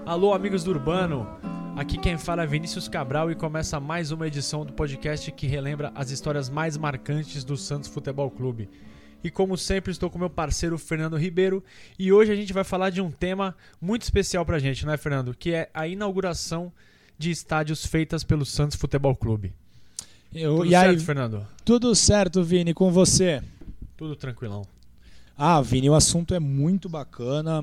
Alô, amigos do Urbano! Aqui quem fala é Vinícius Cabral e começa mais uma edição do podcast que relembra as histórias mais marcantes do Santos Futebol Clube. E como sempre, estou com meu parceiro Fernando Ribeiro e hoje a gente vai falar de um tema muito especial pra gente, não é, Fernando? Que é a inauguração de estádios feitas pelo Santos Futebol Clube. Tudo certo, Fernando? Tudo certo, Vini, com você? Tudo tranquilão. Vini, o assunto é muito bacana,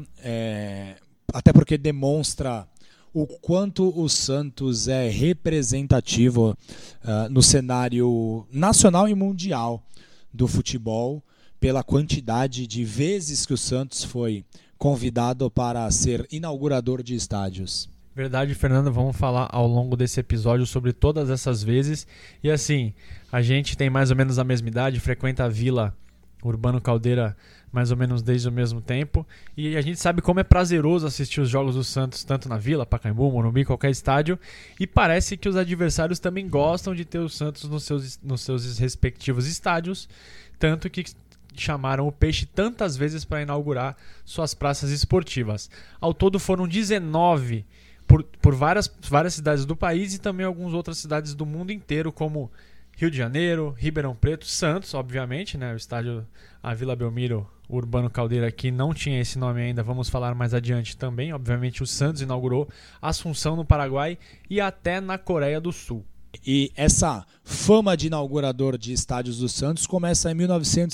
até porque demonstra o quanto o Santos é representativo no cenário nacional e mundial do futebol, pela quantidade de vezes que o Santos foi convidado para ser inaugurador de estádios. Verdade, Fernando, vamos falar ao longo desse episódio sobre todas essas vezes. E assim, a gente tem mais ou menos a mesma idade, frequenta a Vila Urbano Caldeira mais ou menos desde o mesmo tempo. E a gente sabe como é prazeroso assistir os jogos do Santos, tanto na Vila, Pacaembu, Morumbi, qualquer estádio. E parece que os adversários também gostam de ter o Santos nos seus respectivos estádios, tanto que chamaram o Peixe tantas vezes para inaugurar suas praças esportivas. Ao todo foram 19 por várias cidades do país e também algumas outras cidades do mundo inteiro, como Rio de Janeiro, Ribeirão Preto, Santos, obviamente, né? O estádio, a Vila Belmiro, Urbano Caldeira aqui não tinha esse nome ainda, vamos falar mais adiante também. Obviamente o Santos inaugurou Assunção no Paraguai e até na Coreia do Sul. E essa fama de inaugurador de estádios do Santos começa em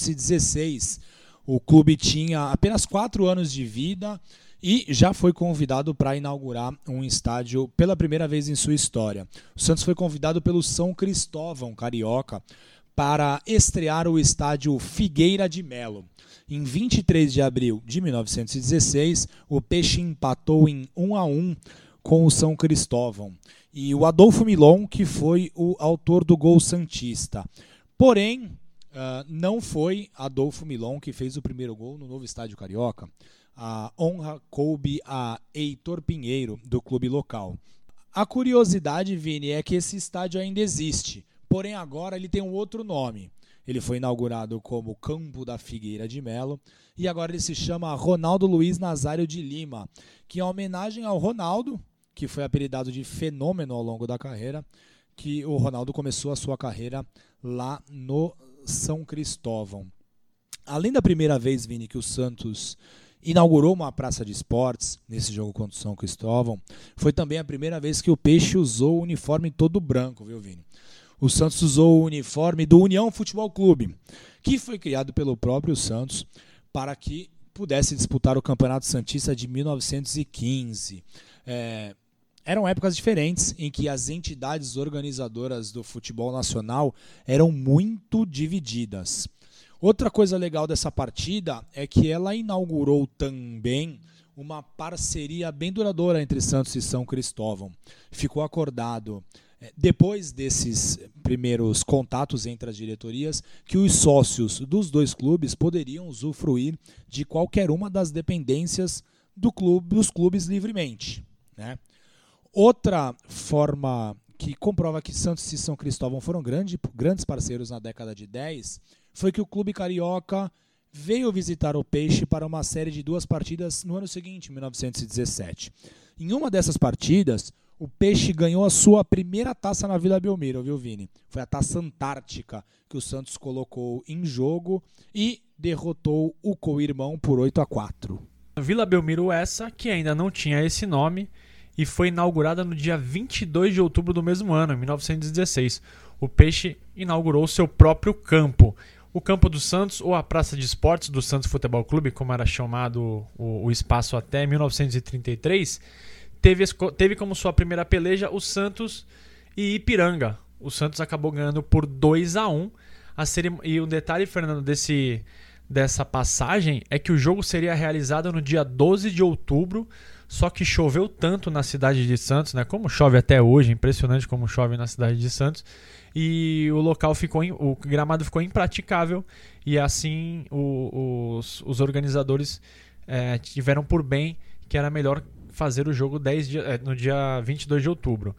1916. O clube tinha apenas 4 anos de vida e já foi convidado para inaugurar um estádio pela primeira vez em sua história. O Santos foi convidado pelo São Cristóvão, carioca, para estrear o estádio Figueira de Melo. Em 23 de abril de 1916, o Peixe empatou em 1-1 com o São Cristóvão. E o Adolfo Milon, que foi o autor do gol santista. Porém, não foi Adolfo Milon que fez o primeiro gol no novo estádio carioca. A honra coube a Heitor Pinheiro, do clube local. A curiosidade, Vini, é que esse estádio ainda existe, porém agora ele tem um outro nome. Ele foi inaugurado como Campo da Figueira de Melo e agora ele se chama Ronaldo Luiz Nazário de Lima, que é uma homenagem ao Ronaldo, que foi apelidado de fenômeno ao longo da carreira, que o Ronaldo começou a sua carreira lá no São Cristóvão. Além da primeira vez, Vini, que o Santos inaugurou uma praça de esportes nesse jogo contra o São Cristóvão, foi também a primeira vez que o Peixe usou o uniforme todo branco, viu, Vini? O Santos usou o uniforme do União Futebol Clube, que foi criado pelo próprio Santos para que pudesse disputar o Campeonato Santista de 1915. Eram épocas diferentes em que as entidades organizadoras do futebol nacional eram muito divididas. Outra coisa legal dessa partida é que ela inaugurou também uma parceria bem duradoura entre Santos e São Cristóvão. Ficou acordado, depois desses primeiros contatos entre as diretorias, que os sócios dos dois clubes poderiam usufruir de qualquer uma das dependências dos clubes livremente, né? Outra forma que comprova que Santos e São Cristóvão foram grandes parceiros na década de 10 foi que o clube carioca veio visitar o Peixe para uma série de 2 partidas no ano seguinte, 1917. Em uma dessas partidas, o Peixe ganhou a sua primeira taça na Vila Belmiro, viu, Vini? Foi a Taça Antártica que o Santos colocou em jogo e derrotou o co-irmão por 8-4. Vila Belmiro essa que ainda não tinha esse nome e foi inaugurada no dia 22 de outubro do mesmo ano, em 1916. O Peixe inaugurou seu próprio campo. O Campo do Santos, ou a Praça de Esportes do Santos Futebol Clube, como era chamado o espaço até 1933, teve como sua primeira peleja o Santos e Ipiranga. O Santos acabou ganhando por 2-1. E o detalhe, Fernando, dessa passagem é que o jogo seria realizado no dia 12 de outubro, só que choveu tanto na cidade de Santos, né? Como chove até hoje, impressionante como chove na cidade de Santos, e o gramado ficou impraticável e assim os organizadores tiveram por bem que era melhor fazer o jogo no dia 22 de outubro.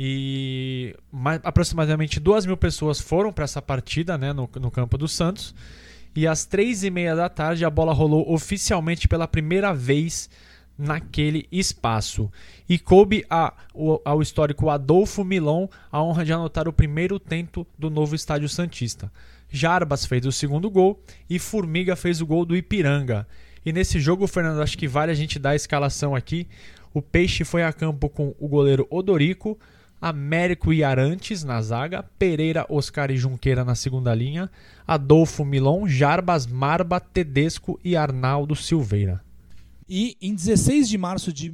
E aproximadamente 2.000 pessoas foram para essa partida, né, no campo do Santos. E às 3h30 da tarde a bola rolou oficialmente pela primeira vez naquele espaço. E coube ao histórico Adolfo Milon a honra de anotar o primeiro tento do novo estádio santista. Jarbas fez o segundo gol e Formiga fez o gol do Ipiranga. E nesse jogo, Fernando, acho que vale a gente dar a escalação aqui. O Peixe foi a campo com o goleiro Odorico, Américo e Arantes na zaga, Pereira, Oscar e Junqueira na segunda linha, Adolfo Milon, Jarbas, Marba, Tedesco e Arnaldo Silveira. E em 16 de março de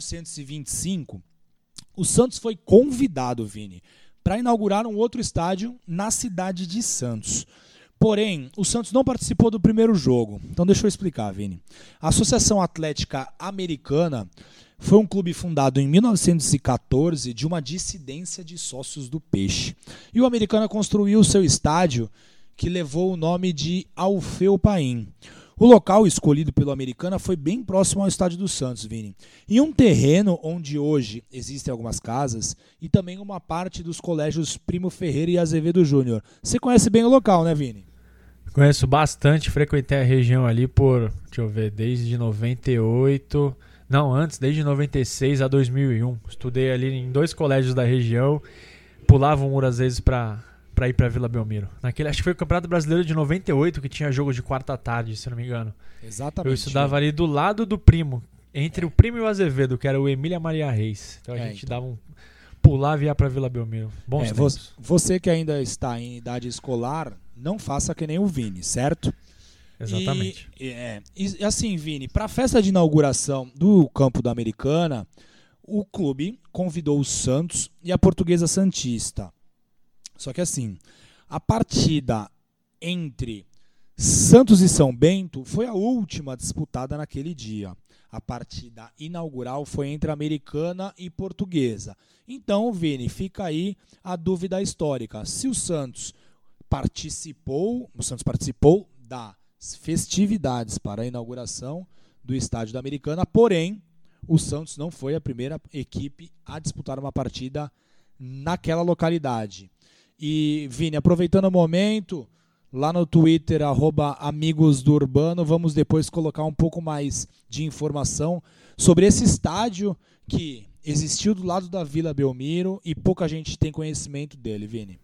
1925, o Santos foi convidado, Vini, para inaugurar um outro estádio na cidade de Santos. Porém, o Santos não participou do primeiro jogo. Então deixa eu explicar, Vini. A Associação Atlética Americana foi um clube fundado em 1914 de uma dissidência de sócios do Peixe. E o Americana construiu o seu estádio, que levou o nome de Alfeu Paim. O local escolhido pelo Americana foi bem próximo ao estádio do Santos, Vini. Em um terreno onde hoje existem algumas casas e também uma parte dos colégios Primo Ferreira e Azevedo Júnior. Você conhece bem o local, né, Vini? Conheço bastante, frequentei a região ali por, deixa eu ver, desde 98... Não, antes, desde 96 a 2001. Estudei ali em 2 colégios da região. Pulava um muro às vezes pra ir pra Vila Belmiro. Acho que foi o Campeonato Brasileiro de 98 que tinha jogo de quarta tarde, se não me engano. Exatamente. Eu estudava ali do lado do Primo, entre o Primo e o Azevedo, que era o Emília Maria Reis. Então a gente dava pulava e ia pra Vila Belmiro. Bons tempos. Você que ainda está em idade escolar, não faça que nem o Vini, certo? Exatamente. E assim, Vini, para a festa de inauguração do campo da Americana, o clube convidou o Santos e a Portuguesa Santista. Só que assim, a partida entre Santos e São Bento foi a última disputada naquele dia. A partida inaugural foi entre Americana e Portuguesa. Então, Vini, fica aí a dúvida histórica. Se o Santos participou das festividades para a inauguração do estádio da Americana, porém, o Santos não foi a primeira equipe a disputar uma partida naquela localidade. E, Vini, aproveitando o momento, lá no Twitter, @amigosdourbano, vamos depois colocar um pouco mais de informação sobre esse estádio que existiu do lado da Vila Belmiro e pouca gente tem conhecimento dele, Vini.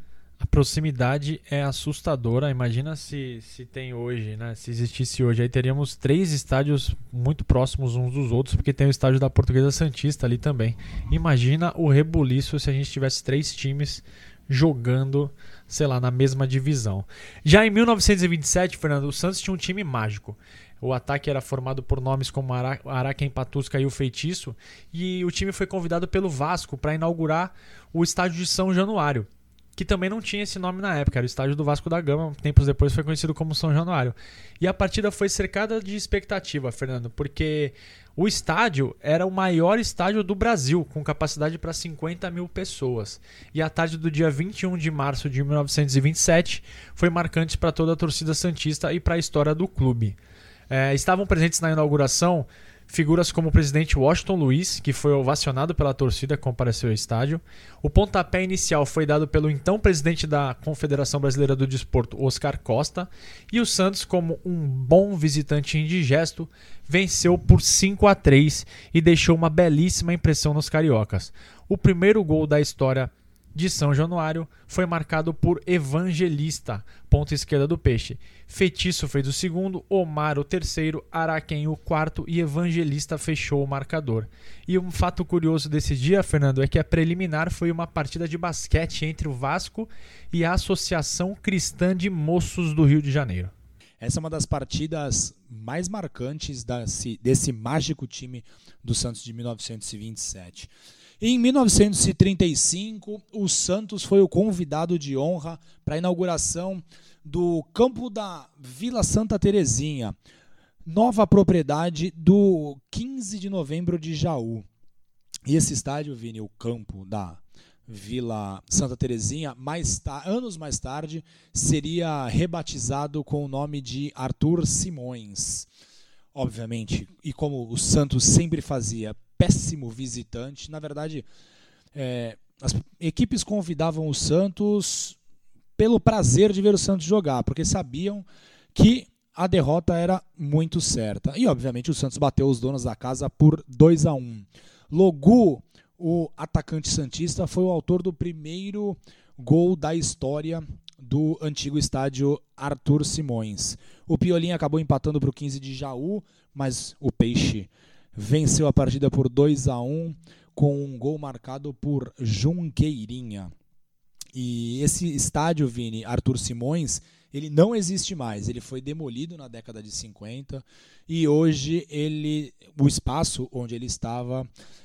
A proximidade é assustadora. Imagina se tem hoje, né? Se existisse hoje, aí teríamos 3 estádios muito próximos uns dos outros, porque tem o estádio da Portuguesa Santista ali também. Imagina o rebuliço se a gente tivesse 3 times jogando, sei lá, na mesma divisão. Já em 1927, Fernando, o Santos tinha um time mágico. O ataque era formado por nomes como Araquém, Patusca e o Feitiço, e o time foi convidado pelo Vasco para inaugurar o estádio de São Januário, que também não tinha esse nome na época, era o estádio do Vasco da Gama, tempos depois foi conhecido como São Januário. E a partida foi cercada de expectativa, Fernando, porque o estádio era o maior estádio do Brasil, com capacidade para 50 mil pessoas. E a tarde do dia 21 de março de 1927 foi marcante para toda a torcida santista e para a história do clube. Estavam presentes na inauguração figuras como o presidente Washington Luiz, que foi ovacionado pela torcida que compareceu ao estádio. O pontapé inicial foi dado pelo então presidente da Confederação Brasileira do Desporto, Oscar Costa. E o Santos, como um bom visitante indigesto, venceu por 5-3 e deixou uma belíssima impressão nos cariocas. O primeiro gol da história de São Januário foi marcado por Evangelista, ponta esquerda do Peixe. Feitiço fez o segundo, Omar o terceiro, Araquém o quarto e Evangelista fechou o marcador. E um fato curioso desse dia, Fernando, é que a preliminar foi uma partida de basquete entre o Vasco e a Associação Cristã de Moços do Rio de Janeiro. Essa é uma das partidas mais marcantes desse mágico time do Santos de 1927. Em 1935, o Santos foi o convidado de honra para a inauguração do campo da Vila Santa Terezinha, nova propriedade do 15 de novembro de Jaú. E esse estádio, Vini, o campo da Vila Santa Terezinha, anos mais tarde, seria rebatizado com o nome de Arthur Simões. Obviamente, e como o Santos sempre fazia, péssimo visitante. Na verdade, as equipes convidavam o Santos pelo prazer de ver o Santos jogar, porque sabiam que a derrota era muito certa. E, obviamente, o Santos bateu os donos da casa por 2-1. Logu, o atacante santista, foi o autor do primeiro gol da história do antigo estádio Arthur Simões. O Piolinho acabou empatando para o 15 de Jaú, mas o Peixe venceu a partida por 2-1 com um gol marcado por Junqueirinha. E esse estádio, Vini, Arthur Simões, ele não existe mais. Ele foi demolido na década de 50 e hoje o espaço onde ele estava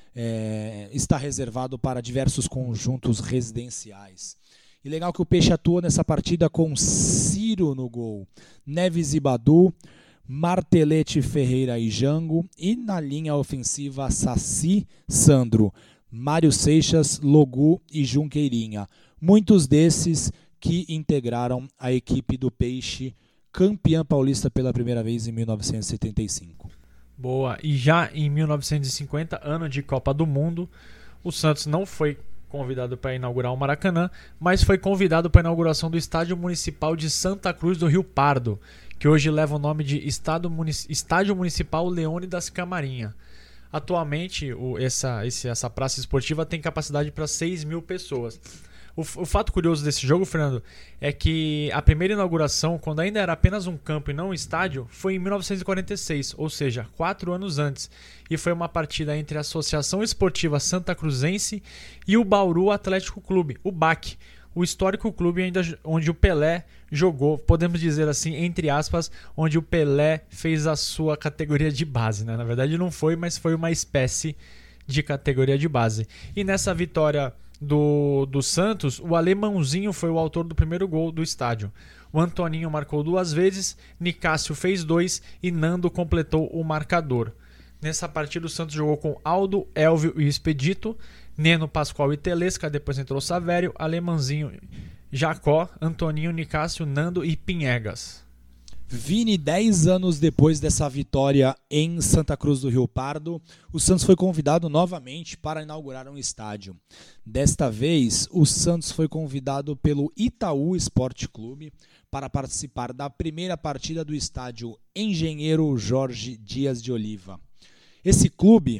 está reservado para diversos conjuntos residenciais. E legal que o Peixe atuou nessa partida com Ciro no gol, Neves e Badu, Martelete, Ferreira e Jango, e na linha ofensiva Saci, Sandro, Mário Seixas, Logu e Junqueirinha. Muitos desses que integraram a equipe do Peixe, campeã paulista pela primeira vez em 1975. Boa, e já em 1950, ano de Copa do Mundo, o Santos não foi convidado para inaugurar o Maracanã, mas foi convidado para a inauguração do Estádio Municipal de Santa Cruz do Rio Pardo, que hoje leva o nome de Estádio Municipal Leônidas Camarinha. Atualmente, essa praça esportiva tem capacidade para 6.000 pessoas. O fato curioso desse jogo, Fernando, é que a primeira inauguração, quando ainda era apenas um campo e não um estádio, foi em 1946, ou seja, 4 anos antes. E foi uma partida entre a Associação Esportiva Santa Cruzense e o Bauru Atlético Clube, o BAC, o histórico clube onde o Pelé jogou, podemos dizer assim, entre aspas, onde o Pelé fez a sua categoria de base, né? Na verdade não foi, mas foi uma espécie de categoria de base. E nessa vitória do Santos, o Alemãozinho foi o autor do primeiro gol do estádio. O Antoninho marcou 2 vezes, Nicásio fez 2 e Nando completou o marcador. Nessa partida o Santos jogou com Aldo, Elvio e Expedito, Neno, Pascoal e Telesca, depois entrou Savério, Alemãozinho, Jacó, Antoninho, Nicásio, Nando e Pinhegas. Vini, 10 anos depois dessa vitória em Santa Cruz do Rio Pardo, o Santos foi convidado novamente para inaugurar um estádio. Desta vez, o Santos foi convidado pelo Itaú Esporte Clube para participar da primeira partida do estádio Engenheiro Jorge Dias de Oliva. Esse clube,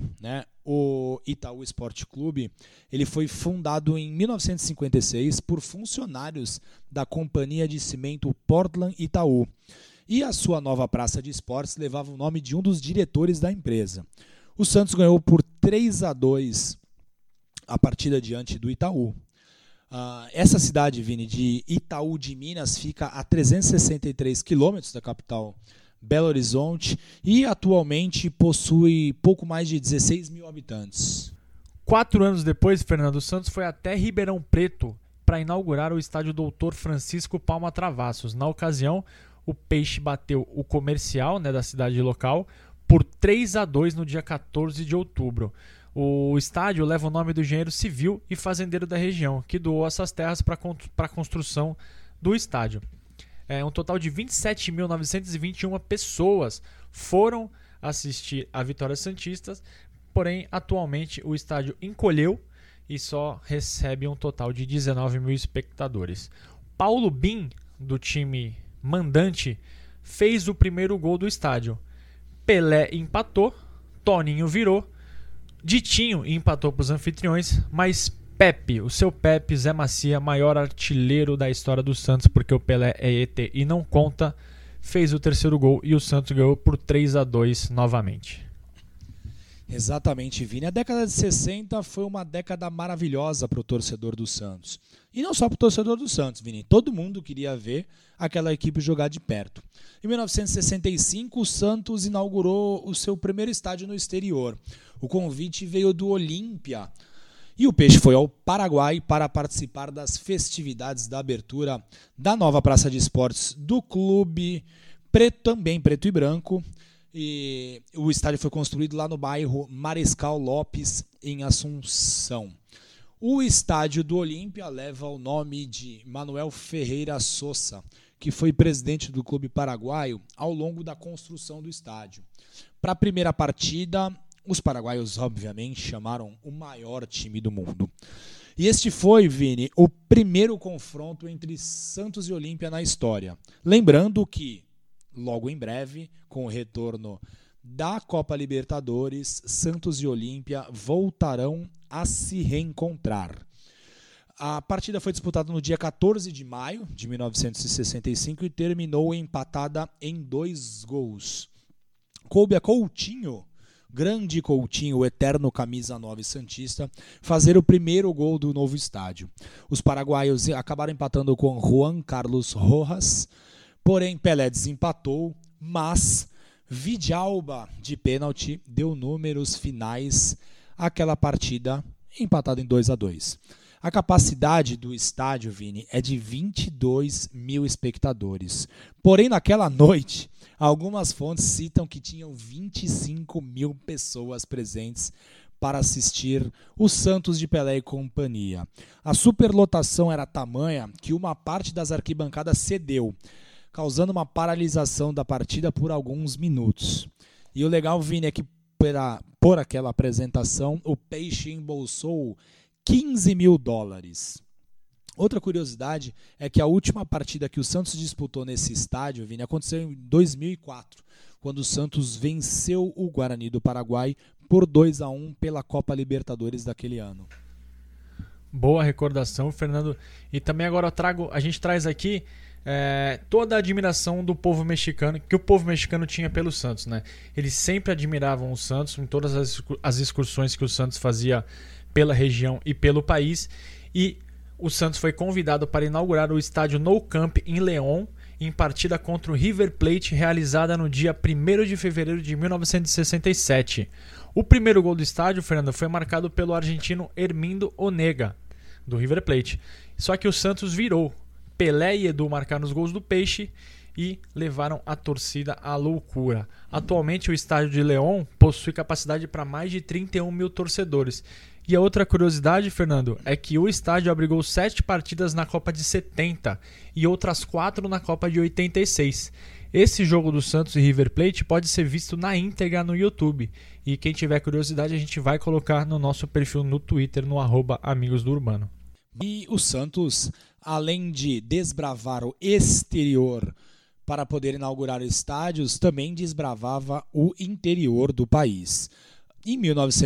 o Itaú Esporte Clube, ele foi fundado em 1956 por funcionários da Companhia de Cimento Portland Itaú. E a sua nova praça de esportes levava o nome de um dos diretores da empresa. O Santos ganhou por 3-2 a partida diante do Itaú. Essa cidade, Vini, de Itaú de Minas, fica a 363 quilômetros da capital Belo Horizonte e atualmente possui pouco mais de 16.000 habitantes. 4 anos depois, Fernando Santos foi até Ribeirão Preto para inaugurar o estádio Dr. Francisco Palma Travassos. Na ocasião, o Peixe bateu o Comercial, da cidade local, por 3-2 no dia 14 de outubro. O estádio leva o nome do engenheiro civil e fazendeiro da região, que doou essas terras para a construção do estádio. Um total de 27.921 pessoas foram assistir a Vitória Santistas, porém, atualmente o estádio encolheu e só recebe um total de 19.000 espectadores. Paulo Bim, do time mandante, fez o primeiro gol do estádio. Pelé empatou, Toninho virou, Ditinho empatou para os anfitriões, mas Pepe, o seu Pepe, Zé Macia, maior artilheiro da história do Santos, porque o Pelé é ET e não conta, fez o terceiro gol e o Santos ganhou por 3-2 novamente. Exatamente, Vini. A década de 60 foi uma década maravilhosa para o torcedor do Santos. E não só para o torcedor do Santos, Vini. Todo mundo queria ver aquela equipe jogar de perto. Em 1965, o Santos inaugurou o seu primeiro estádio no exterior. O convite veio do Olímpia. E o Peixe foi ao Paraguai para participar das festividades da abertura da nova praça de esportes do clube, também preto e branco. E o estádio foi construído lá no bairro Mariscal Lopes, em Assunção. O estádio do Olímpia leva o nome de Manuel Ferreira Sosa, que foi presidente do clube paraguaio ao longo da construção do estádio. Para a primeira partida, os paraguaios, obviamente, chamaram o maior time do mundo. E este foi, Vini, o primeiro confronto entre Santos e Olímpia na história. Lembrando que logo em breve, com o retorno da Copa Libertadores, Santos e Olímpia voltarão a se reencontrar. A partida foi disputada no dia 14 de maio de 1965 e terminou empatada em 2 gols. Coube a Coutinho, grande Coutinho, o eterno camisa 9 santista, fazer o primeiro gol do novo estádio. Os paraguaios acabaram empatando com Juan Carlos Rojas, porém Pelé desempatou, mas Vidalba, de pênalti, deu números finais àquela partida empatada em 2-2. A capacidade do estádio, Vini, é de 22 mil espectadores. Porém, naquela noite, algumas fontes citam que tinham 25 mil pessoas presentes para assistir o Santos de Pelé e companhia. A superlotação era tamanha que uma parte das arquibancadas cedeu, causando uma paralisação da partida por alguns minutos. E o legal, Vini, é que por aquela apresentação, o Peixe embolsou $15 mil. Outra curiosidade é que a última partida que o Santos disputou nesse estádio, Vini, aconteceu em 2004, quando o Santos venceu o Guarani do Paraguai por 2-1 pela Copa Libertadores daquele ano. Boa recordação, Fernando. E também agora a gente traz aqui toda a admiração do povo mexicano, que o povo mexicano tinha pelo Santos, né? Eles sempre admiravam o Santos em todas as excursões que o Santos fazia pela região e pelo país, e o Santos foi convidado para inaugurar o estádio Nou Camp em León, em partida contra o River Plate, realizada no dia 1º de fevereiro de 1967. O primeiro gol do estádio, Fernando, foi marcado pelo argentino Hermindo Onega, do River Plate. Só que o Santos virou. Pelé e Edu marcaram os gols do Peixe e levaram a torcida à loucura. Atualmente o estádio de León possui capacidade para mais de 31 mil torcedores. E a outra curiosidade, Fernando, é que o estádio abrigou 7 partidas na Copa de 70 e outras 4 na Copa de 86. Esse jogo do Santos e River Plate pode ser visto na íntegra no YouTube. E quem tiver curiosidade, a gente vai colocar no nosso perfil no Twitter, no @amigosdourbano. E o Santos, além de desbravar o exterior para poder inaugurar estádios, também desbravava o interior do país. Em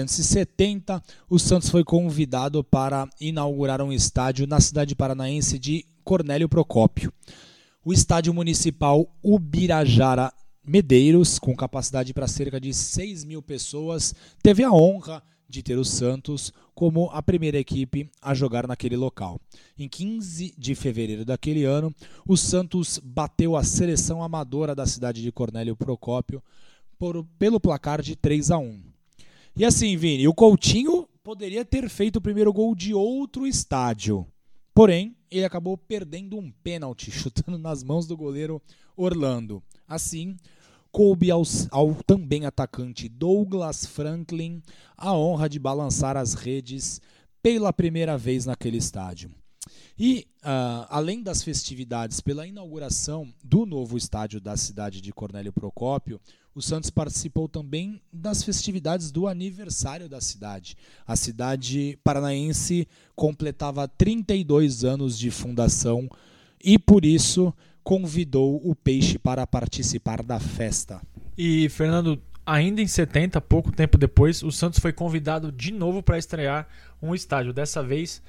1970, o Santos foi convidado para inaugurar um estádio na cidade paranaense de Cornélio Procópio. O estádio municipal Ubirajara Medeiros, com capacidade para cerca de 6 mil pessoas, teve a honra de ter o Santos como a primeira equipe a jogar naquele local. Em 15 de fevereiro daquele ano, o Santos bateu a seleção amadora da cidade de Cornélio Procópio pelo placar de 3-1. E assim, Vini, o Coutinho poderia ter feito o primeiro gol de outro estádio. Porém, ele acabou perdendo um pênalti, chutando nas mãos do goleiro Orlando. Assim, coube ao também atacante Douglas Franklin a honra de balançar as redes pela primeira vez naquele estádio. E, além das festividades pela inauguração do novo estádio da cidade de Cornélio Procópio, o Santos participou também das festividades do aniversário da cidade. A cidade paranaense completava 32 anos de fundação e, por isso, convidou o Peixe para participar da festa. E, Fernando, ainda em 70, pouco tempo depois, o Santos foi convidado de novo para estrear um estádio, dessa vez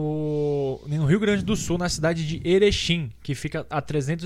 no Rio Grande do Sul, na cidade de Erechim, que fica a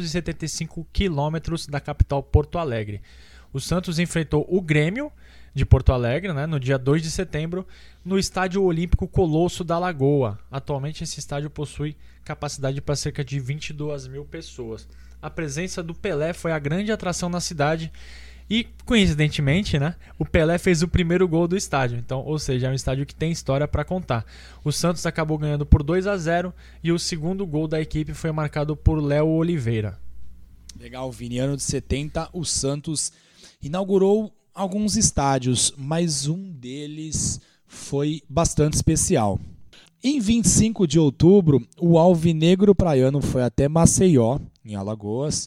375 quilômetros da capital Porto Alegre. O Santos enfrentou o Grêmio de Porto Alegre, né, no dia 2 de setembro, no Estádio Olímpico Colosso da Lagoa. Atualmente esse estádio possui capacidade para cerca de 22 mil pessoas. A presença do Pelé foi a grande atração na cidade e, coincidentemente, né, o Pelé fez o primeiro gol do estádio. Então, ou seja, é um estádio que tem história para contar. O Santos acabou ganhando por 2-0 e o segundo gol da equipe foi marcado por Léo Oliveira. Legal, Vini. Ano de 70, o Santos inaugurou alguns estádios, mas um deles foi bastante especial. Em 25 de outubro, o Alvinegro Praiano foi até Maceió, em Alagoas,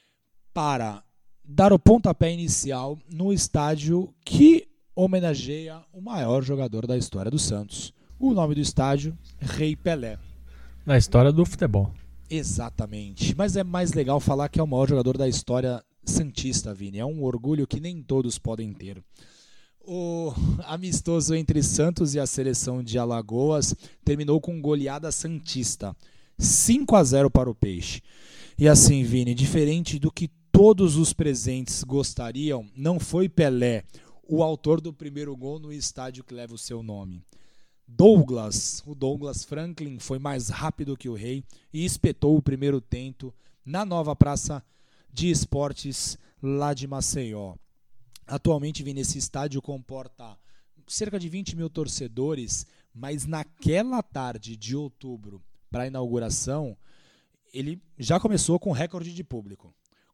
para dar o pontapé inicial no estádio que homenageia o maior jogador da história do Santos. O nome do estádio, Rei Pelé. Na história do futebol. Exatamente. Mas é mais legal falar que é o maior jogador da história santista, Vini. É um orgulho que nem todos podem ter. O amistoso entre Santos e a seleção de Alagoas terminou com goleada santista, 5-0 para o Peixe. E assim, Vini, diferente do que todos os presentes gostariam, não foi Pelé o autor do primeiro gol no estádio que leva o seu nome. O Douglas Franklin, foi mais rápido que o rei e espetou o primeiro tento na nova praça de esportes lá de Maceió. Atualmente, Vini, esse estádio comporta cerca de 20 mil torcedores, mas naquela tarde de outubro, para a inauguração, ele já começou com recorde de público.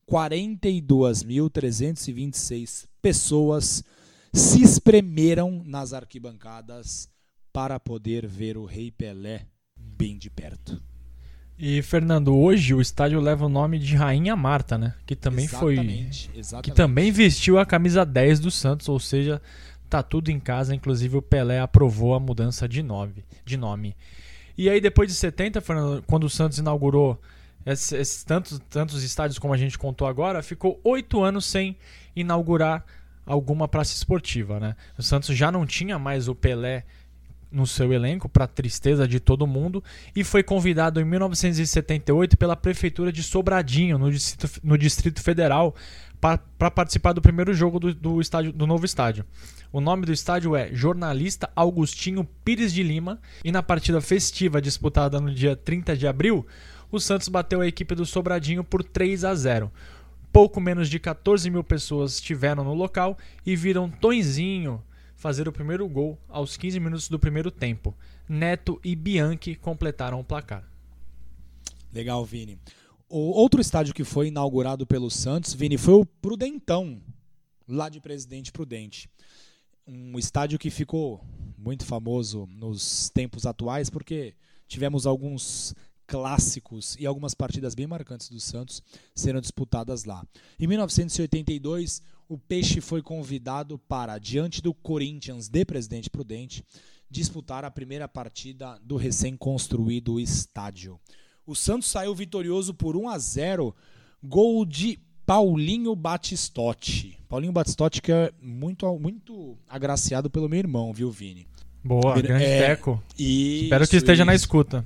42.326 pessoas se espremeram nas arquibancadas para poder ver o Rei Pelé bem de perto. E, Fernando, hoje o estádio leva o nome de Rainha Marta, né? Que também Exatamente. Que também vestiu a camisa 10 do Santos, ou seja, tá tudo em casa, inclusive o Pelé aprovou a mudança de nome. E aí depois de 70, Fernando, quando o Santos inaugurou esses tantos estádios como a gente contou agora, ficou 8 anos sem inaugurar alguma praça esportiva, né? O Santos já não tinha mais o Pelé no seu elenco, para tristeza de todo mundo, e foi convidado em 1978 pela Prefeitura de Sobradinho, no Distrito Federal, para participar do primeiro jogo do novo estádio. O nome do estádio é Jornalista Augustinho Pires de Lima, e na partida festiva disputada no dia 30 de abril, o Santos bateu a equipe do Sobradinho por 3-0. Pouco menos de 14 mil pessoas estiveram no local e viram Tonzinho fazer o primeiro gol aos 15 minutos do primeiro tempo. Neto e Bianchi completaram o placar. Legal, Vini. O outro estádio que foi inaugurado pelo Santos, Vini, foi o Prudentão, lá de Presidente Prudente. Um estádio que ficou muito famoso nos tempos atuais, porque tivemos alguns clássicos e algumas partidas bem marcantes do Santos sendo disputadas lá. Em 1982, o Peixe foi convidado para, diante do Corinthians de Presidente Prudente, disputar a primeira partida do recém-construído estádio. O Santos saiu vitorioso por 1-0, gol de Paulinho Batistotti. Paulinho Batistotti, que é muito agraciado pelo meu irmão, viu, Vini? Boa, grande Teco. Espero que Isso, esteja na escuta.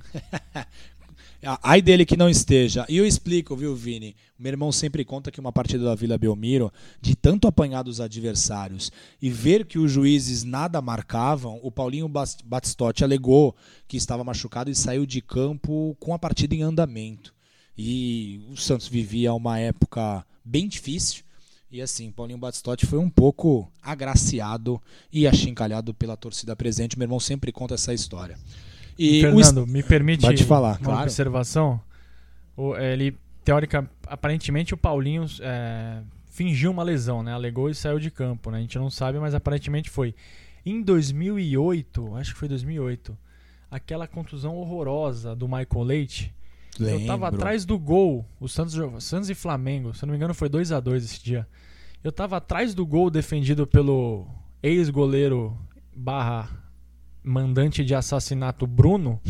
Ai dele que não esteja. E eu explico, viu, Vini? O meu irmão sempre conta que uma partida da Vila Belmiro, de tanto apanhar dos adversários e ver que os juízes nada marcavam, o Paulinho Batistotti alegou que estava machucado e saiu de campo com a partida em andamento. E o Santos vivia uma época bem difícil. E assim, Paulinho Batistotti foi um pouco agraciado e achincalhado pela torcida presente. Meu irmão sempre conta essa história. E Fernando, me permite falar, uma observação? Aparentemente o Paulinho fingiu uma lesão, né? Alegou e saiu de campo, né? A gente não sabe, mas aparentemente foi. Em 2008, acho que foi 2008, aquela contusão horrorosa do Michael Leite. Lembro. Eu tava atrás do gol, o Santos e Flamengo, se eu não me engano foi 2-2 esse dia. Eu tava atrás do gol defendido pelo ex-goleiro / mandante de assassinato Bruno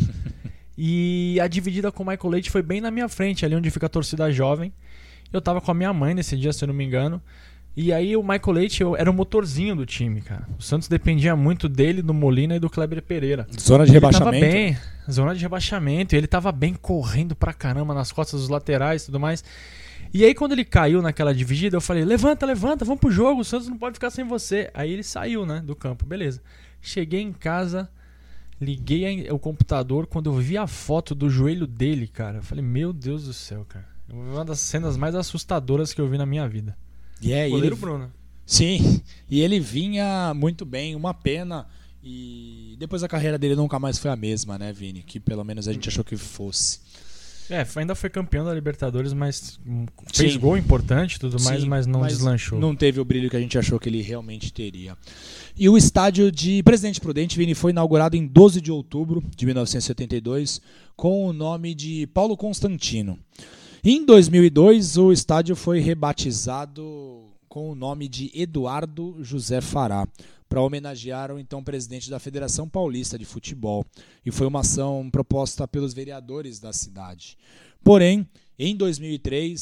e a dividida com o Michael Leite foi bem na minha frente, ali onde fica a torcida jovem. Eu tava com a minha mãe nesse dia, se eu não me engano, e aí o Michael Leite era o motorzinho do time, cara. O Santos dependia muito dele, do Molina e do Kleber Pereira. Zona de rebaixamento. Tava bem, zona de rebaixamento, e ele tava bem, correndo pra caramba nas costas dos laterais e tudo mais. E aí quando ele caiu naquela dividida, eu falei, levanta, vamos pro jogo, o Santos não pode ficar sem você. Aí ele saiu, né, do campo, beleza. Cheguei em casa, liguei o computador, quando eu vi a foto do joelho dele, cara, eu falei, meu Deus do céu, cara. Uma das cenas mais assustadoras que eu vi na minha vida. Goleiro Bruno. Sim, e ele vinha muito bem, uma pena. E depois a carreira dele nunca mais foi a mesma, né, Vini? Que pelo menos a gente achou que fosse. Ainda foi campeão da Libertadores, mas fez gol importante e tudo mais, mas não deslanchou. Não teve o brilho que a gente achou que ele realmente teria. E o estádio de Presidente Prudente, Vini, foi inaugurado em 12 de outubro de 1972 com o nome de Paulo Constantino. Em 2002, o estádio foi rebatizado com o nome de Eduardo José Fará, para homenagear o então presidente da Federação Paulista de Futebol, e foi uma ação proposta pelos vereadores da cidade. Porém, em 2003,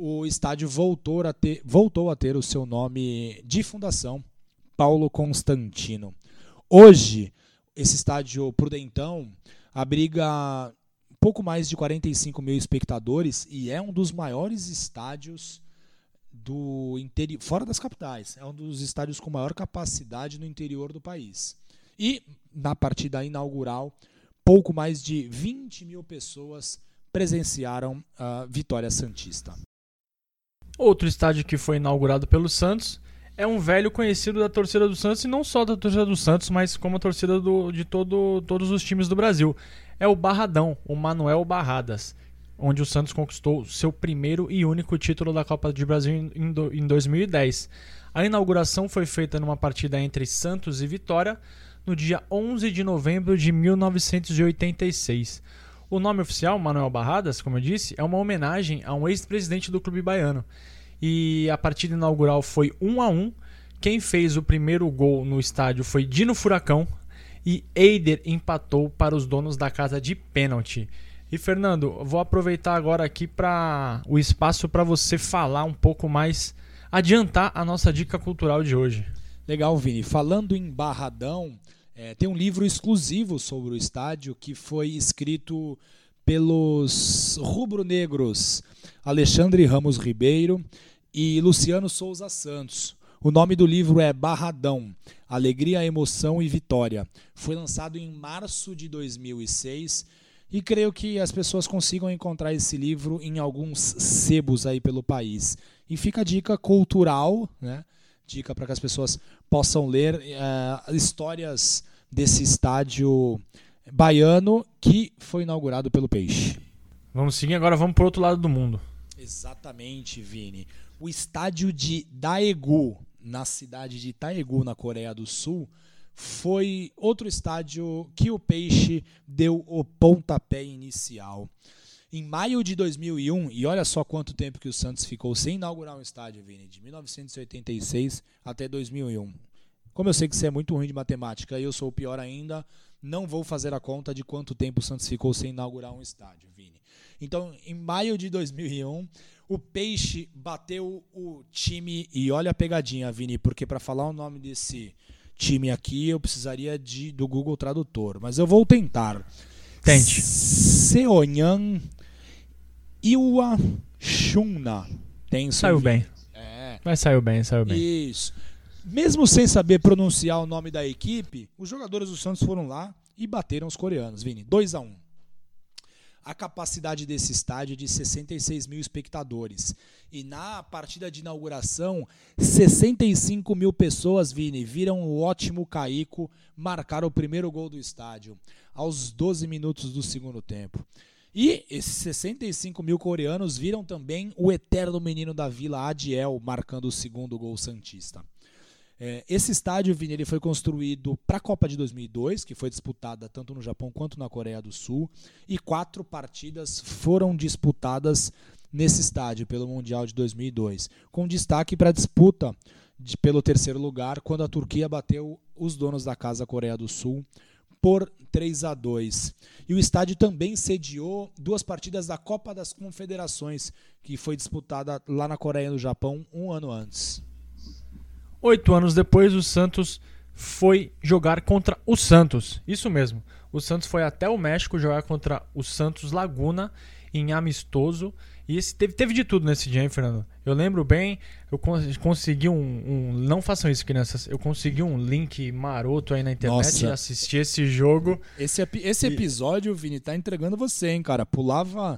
o estádio voltou a ter o seu nome de fundação, Paulo Constantino. Hoje, esse estádio Prudentão abriga pouco mais de 45 mil espectadores e é um dos maiores estádios do interior, fora das capitais. É um dos estádios com maior capacidade no interior do país. E, na partida inaugural, pouco mais de 20 mil pessoas presenciaram a vitória santista. Outro estádio que foi inaugurado pelo Santos é um velho conhecido da torcida do Santos, e não só da torcida do Santos, mas como a torcida de todos os times do Brasil. É o Barradão, o Manuel Barradas, onde o Santos conquistou seu primeiro e único título da Copa do Brasil em 2010. A inauguração foi feita numa partida entre Santos e Vitória, no dia 11 de novembro de 1986. O nome oficial, Manuel Barradas, como eu disse, é uma homenagem a um ex-presidente do clube baiano. E a partida inaugural foi 1-1. Quem fez o primeiro gol no estádio foi Dino Furacão e Eider empatou para os donos da casa de pênalti. E Fernando, vou aproveitar agora aqui o espaço para você falar um pouco mais, adiantar a nossa dica cultural de hoje. Legal, Vini. Falando em Barradão, tem um livro exclusivo sobre o estádio que foi escrito pelos rubro-negros Alexandre Ramos Ribeiro e Luciano Souza Santos. O nome do livro é Barradão, Alegria, Emoção e Vitória. Foi lançado em março de 2006 e creio que as pessoas consigam encontrar esse livro em alguns sebos aí pelo país. E fica a dica cultural, né? Dica para que as pessoas possam ler histórias desse estádio baiano que foi inaugurado pelo Peixe. Vamos seguir agora, vamos para o outro lado do mundo. Exatamente, Vini. O estádio de Daegu, na cidade de Daegu, na Coreia do Sul, foi outro estádio que o Peixe deu o pontapé inicial. Em maio de 2001, e olha só quanto tempo que o Santos ficou sem inaugurar um estádio, Vini, de 1986 até 2001. Como eu sei que você é muito ruim de matemática e eu sou o pior ainda, não vou fazer a conta de quanto tempo o Santos ficou sem inaugurar um estádio, Vini. Então, em maio de 2001, o Peixe bateu o time, e olha a pegadinha, Vini, porque para falar o nome desse time aqui eu precisaria do Google Tradutor, mas eu vou tentar. Tente. Seonhan Iwa Shunna. Saiu bem. Mas saiu bem. Isso. Mesmo sem saber pronunciar o nome da equipe, os jogadores do Santos foram lá e bateram os coreanos, Vini. 2-1. A capacidade desse estádio é de 66 mil espectadores. E na partida de inauguração, 65 mil pessoas, Vini, viram o ótimo Caico marcar o primeiro gol do estádio, aos 12 minutos do segundo tempo. E esses 65 mil coreanos viram também o eterno menino da Vila, Adiel, marcando o segundo gol santista. Esse estádio, Vini, ele foi construído para a Copa de 2002, que foi disputada tanto no Japão quanto na Coreia do Sul, e 4 partidas foram disputadas nesse estádio pelo Mundial de 2002, com destaque para a disputa pelo terceiro lugar, quando a Turquia bateu os donos da casa, Coreia do Sul, por 3-2. E o estádio também sediou 2 partidas da Copa das Confederações, que foi disputada lá na Coreia e no Japão um ano antes. 8 anos depois, o Santos foi jogar contra o Santos. Isso mesmo. O Santos foi até o México jogar contra o Santos Laguna em amistoso. E teve de tudo nesse dia, hein, Fernando? Eu lembro bem, eu consegui não façam isso, crianças. Eu consegui um link maroto aí na internet e assisti esse jogo. Esse episódio, Vini, tá entregando você, hein, cara? Pulava...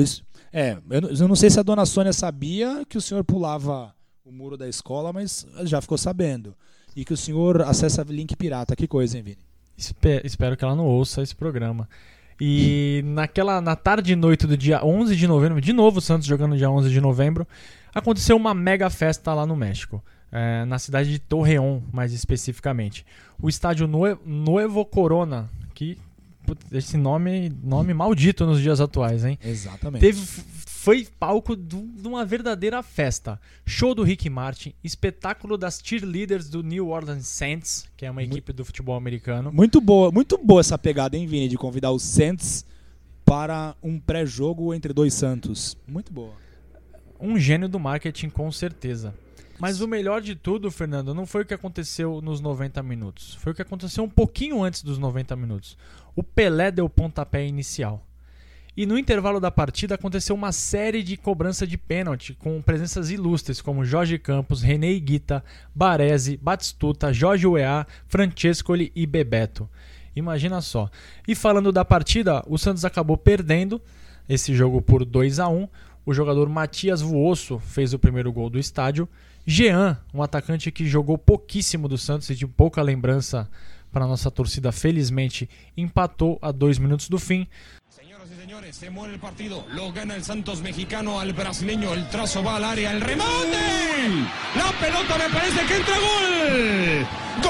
Eu não sei se a dona Sônia sabia que o senhor pulava o muro da escola, mas já ficou sabendo. E que o senhor acessa link pirata. Que coisa, hein, Vini? Espero que ela não ouça esse programa. E na tarde e noite do dia 11 de novembro, de novo o Santos jogando no dia 11 de novembro, aconteceu uma mega festa lá no México, na cidade de Torreón, mais especificamente. O estádio Nuevo Corona, que esse nome maldito nos dias atuais, hein? Exatamente. Foi palco de uma verdadeira festa. Show do Rick Martin, espetáculo das cheerleaders do New Orleans Saints, que é uma equipe do futebol americano. Muito boa essa pegada, hein, Vini, de convidar os Saints para um pré-jogo entre 2 Santos. Muito boa. um gênio do marketing com certeza. Mas o melhor de tudo, Fernando, não foi o que aconteceu nos 90 minutos. Foi o que aconteceu um pouquinho antes dos 90 minutos. O Pelé deu o pontapé inicial. E no intervalo da partida aconteceu uma série de cobrança de pênalti com presenças ilustres como Jorge Campos, René Higuita, Baresi, Batistuta, Jorge Weah, Francescoli e Bebeto. Imagina só. E falando da partida, o Santos acabou perdendo esse jogo por 2-1. O jogador Matias Vuoso fez o primeiro gol do estádio. Jean, um atacante que jogou pouquíssimo do Santos e de pouca lembrança para a nossa torcida, felizmente empatou a 2 minutos do fim. Señoras y señores, se muere el partido, lo gana el Santos mexicano al brasileño, el trazo va al área, el remate, la pelota me parece que entra, gol,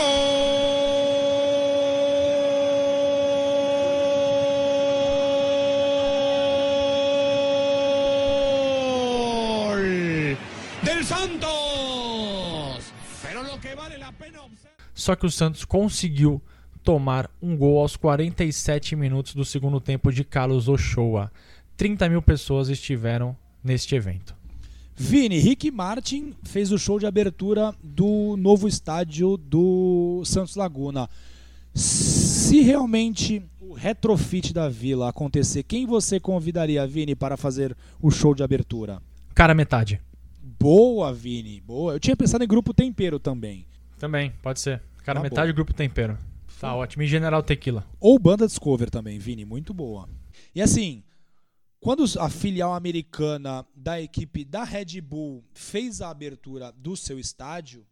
gol del Santos, pero lo que vale la pena observar... Só que o Santos conseguiu tomar um gol aos 47 minutos do segundo tempo de Carlos Ochoa. 30 mil pessoas estiveram neste evento. Vini, Ricky Martin fez o show de abertura do novo estádio do Santos Laguna. Se realmente o retrofit da Vila acontecer, quem você convidaria, Vini, para fazer o show de abertura? Cara, metade. Boa, Vini, boa. Eu tinha pensado em Grupo Tempero também. Também, pode ser. Cara, Tá metade bom. do Grupo Tempero. Tá ótimo. E General Tequila. Ou Banda Discover também, Vini, muito boa. E assim, quando a filial americana da equipe da Red Bull fez a abertura do seu estádio,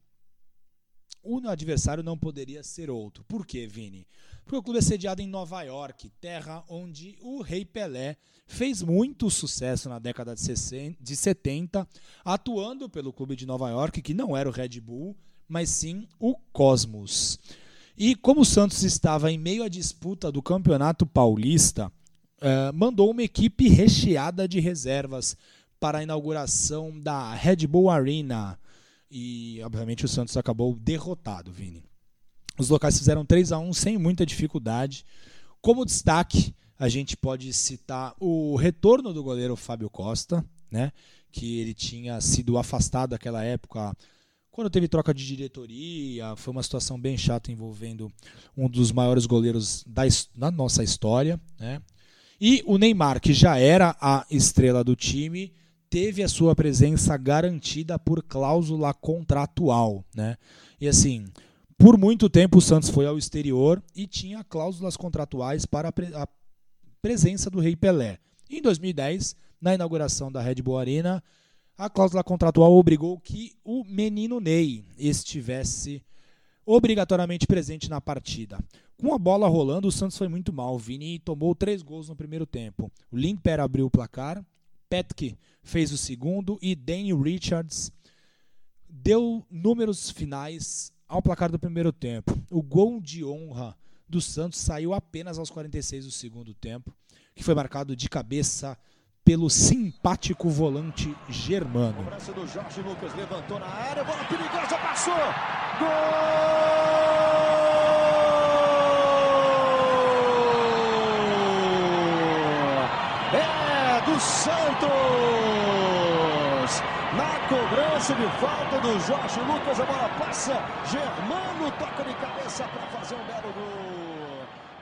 o adversário não poderia ser outro. Por quê, Vini? Porque o clube é sediado em Nova York, terra onde o Rei Pelé fez muito sucesso na década de 70, atuando pelo clube de Nova York, que não era o Red Bull, mas sim o Cosmos. E como o Santos estava em meio à disputa do Campeonato Paulista, mandou uma equipe recheada de reservas para a inauguração da Red Bull Arena. E, obviamente, o Santos acabou derrotado, Vini. Os locais fizeram 3-1 sem muita dificuldade. Como destaque, a gente pode citar o retorno do goleiro Fábio Costa, né, que ele tinha sido afastado naquela época quando teve troca de diretoria. Foi uma situação bem chata envolvendo um dos maiores goleiros da nossa história, né? E o Neymar, que já era a estrela do time, teve a sua presença garantida por cláusula contratual, né? E assim, por muito tempo o Santos foi ao exterior e tinha cláusulas contratuais para a presença do Rei Pelé. Em 2010, na inauguração da Red Bull Arena, a cláusula contratual obrigou que o menino Ney estivesse obrigatoriamente presente na partida. Com a bola rolando, o Santos foi muito mal. O Vini tomou 3 gols no primeiro tempo. O Limper abriu o placar, Petke fez o segundo e Danny Richards deu números finais ao placar do primeiro tempo. O gol de honra do Santos saiu apenas aos 46 do segundo tempo, que foi marcado de cabeça pelo simpático volante Germano. Cobrança do Jorge Lucas, levantou na área, bola perigosa, passou! Gol! É do Santos! Na cobrança de falta do Jorge Lucas, a bola passa, Germano toca de cabeça para fazer um belo gol.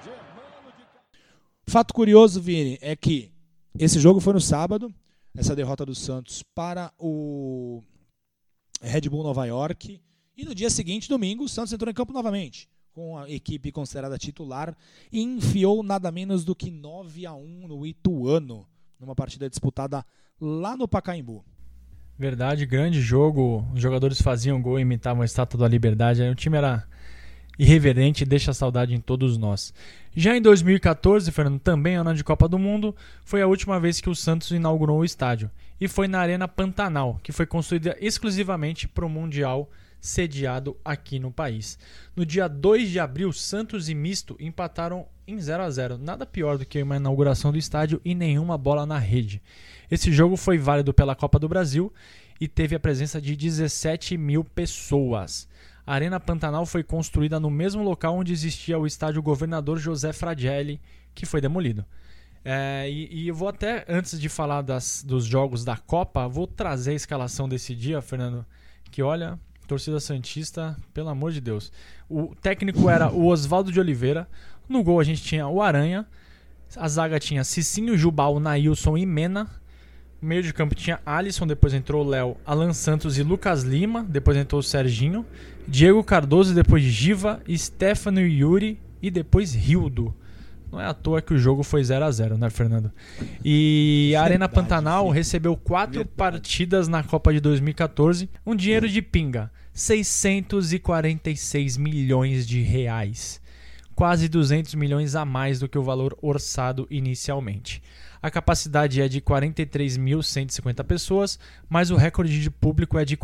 Fato curioso, Vini, é que esse jogo foi no sábado, essa derrota do Santos para o Red Bull Nova York. E no dia seguinte, domingo, o Santos entrou em campo novamente, com a equipe considerada titular, e enfiou nada menos do que 9-1 no Ituano, numa partida disputada lá no Pacaembu. Verdade, grande jogo. Os jogadores faziam gol e imitavam a Estátua da Liberdade. O time era irreverente e deixa saudade em todos nós. Já em 2014, Fernando, também ano de Copa do Mundo, foi a última vez que o Santos inaugurou o estádio. E foi na Arena Pantanal, que foi construída exclusivamente para o Mundial sediado aqui no país. No dia 2 de abril, Santos e Misto empataram em 0-0. Nada pior do que uma inauguração do estádio e nenhuma bola na rede. Esse jogo foi válido pela Copa do Brasil e teve a presença de 17 mil pessoas. A Arena Pantanal foi construída no mesmo local onde existia o estádio Governador José Fragelli, que foi demolido. E eu vou até, antes de falar dos jogos da Copa, vou trazer a escalação desse dia, Fernando, que olha, torcida santista, pelo amor de Deus. O técnico era o Oswaldo de Oliveira, no gol a gente tinha o Aranha, a zaga tinha Cicinho, Jubal, Nailson e Mena, no meio de campo tinha Alisson, depois entrou o Léo, Alan Santos e Lucas Lima, depois entrou o Serginho, Diego Cardoso, depois Giva, Stefano e Yuri e depois Rildo. Não é à toa que o jogo foi 0-0, né, Fernando? E a Arena Pantanal recebeu 4 partidas na Copa de 2014, um dinheiro de pinga, 646 milhões de reais. Quase 200 milhões a mais do que o valor orçado inicialmente. A capacidade é de 43.150 pessoas, mas o recorde de público é de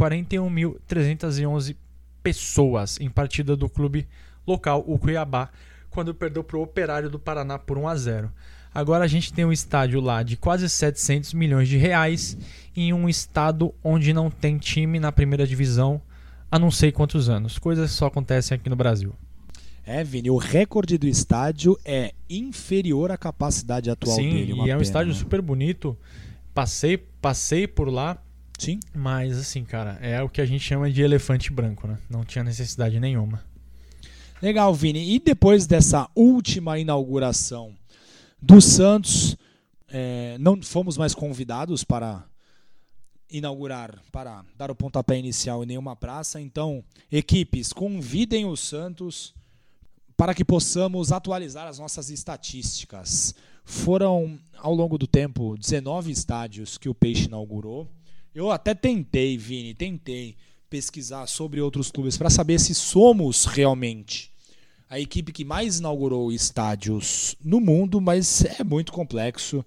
41.311 pessoas em partida do clube local, o Cuiabá, quando perdeu para o Operário do Paraná por 1-0. Agora a gente tem um estádio lá de quase 700 milhões de reais em um estado onde não tem time na primeira divisão há não sei quantos anos. Coisas só acontecem aqui no Brasil. Vini, o recorde do estádio é inferior à capacidade atual dele. Sim, e é um estádio super bonito. Passei por lá. Sim. Mas assim, cara, é o que a gente chama de elefante branco, né? Não tinha necessidade nenhuma. Legal, Vini. E depois dessa última inauguração do Santos, não fomos mais convidados para inaugurar, para dar o pontapé inicial em nenhuma praça. Então, equipes, convidem o Santos para que possamos atualizar as nossas estatísticas. Foram, ao longo do tempo, 19 estádios que o Peixe inaugurou. Eu até tentei, Vini, pesquisar sobre outros clubes para saber se somos realmente a equipe que mais inaugurou estádios no mundo, mas é muito complexo,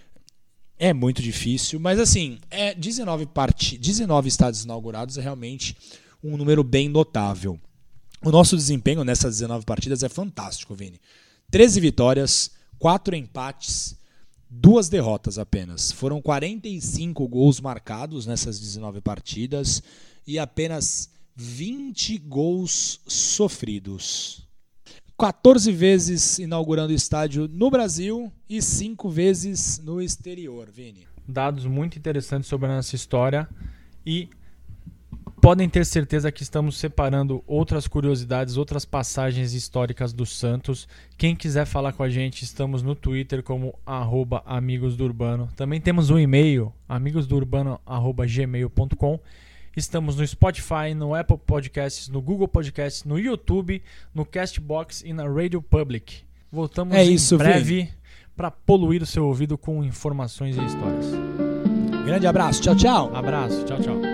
é muito difícil. Mas assim, 19 estádios inaugurados é realmente um número bem notável. O nosso desempenho nessas 19 partidas é fantástico, Vini. 13 vitórias, 4 empates, 2 derrotas apenas. Foram 45 gols marcados nessas 19 partidas e apenas 20 gols sofridos. 14 vezes inaugurando estádio no Brasil e 5 vezes no exterior, Vini. Dados muito interessantes sobre a nossa história e podem ter certeza que estamos separando outras curiosidades, outras passagens históricas do Santos. Quem quiser falar com a gente, estamos no Twitter como @amigosdourbano. Também temos um e-mail, amigosdourbano@gmail.com. Estamos no Spotify, no Apple Podcasts, no Google Podcasts, no YouTube, no Castbox e na Radio Public. Voltamos em breve para poluir o seu ouvido com informações e histórias. Grande abraço, tchau, tchau. Abraço, tchau, tchau.